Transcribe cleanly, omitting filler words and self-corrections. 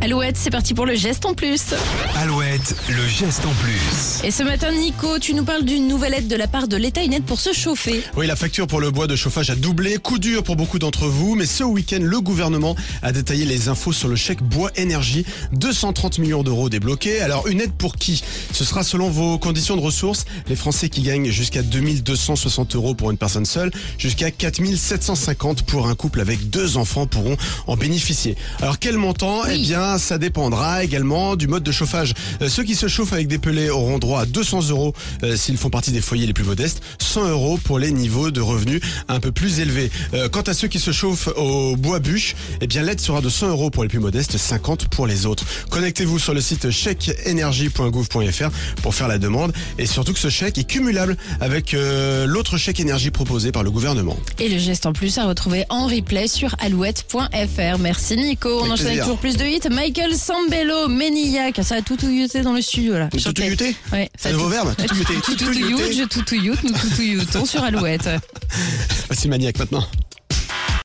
Alouette, c'est parti pour le geste en plus. Alouette, le geste en plus. Et ce matin, Nico, tu nous parles d'une nouvelle aide de la part de l'État, une aide pour se chauffer. Oui, la facture pour le bois de chauffage a doublé, coup dur pour beaucoup d'entre vous, mais ce week-end, le gouvernement a détaillé les infos sur le chèque bois énergie, 230 millions d'euros débloqués. Alors, une aide pour qui? Ce sera selon vos conditions de ressources. Les Français qui gagnent jusqu'à 2260 euros pour une personne seule, jusqu'à 4750 pour un couple avec 2 enfants pourront en bénéficier. Alors, quel montant? Eh bien, ça dépendra également du mode de chauffage. Ceux qui se chauffent avec des pellets auront droit à 200 euros s'ils font partie des foyers les plus modestes, 100 euros pour les niveaux de revenus un peu plus élevés. Quant à ceux qui se chauffent au bois bûche, eh bien l'aide sera de 100 euros pour les plus modestes, 50 pour les autres. Connectez-vous sur le site chèqueenergie.gouv.fr pour faire la demande, et surtout que ce chèque est cumulable avec l'autre chèque énergie proposé par le gouvernement. Et le geste en plus à retrouver en replay sur alouette.fr. Merci Nico. On enchaîne avec toujours plus de hits. Michael Sambello, Ménillac, ça a tout touillouté dans le studio là. Toutouillouté? Ouais. C'est un nouveau verbe? Toutouilloute, je toutouilloute, nous toutouilloutons sur Alouette. Voici Maniac maintenant.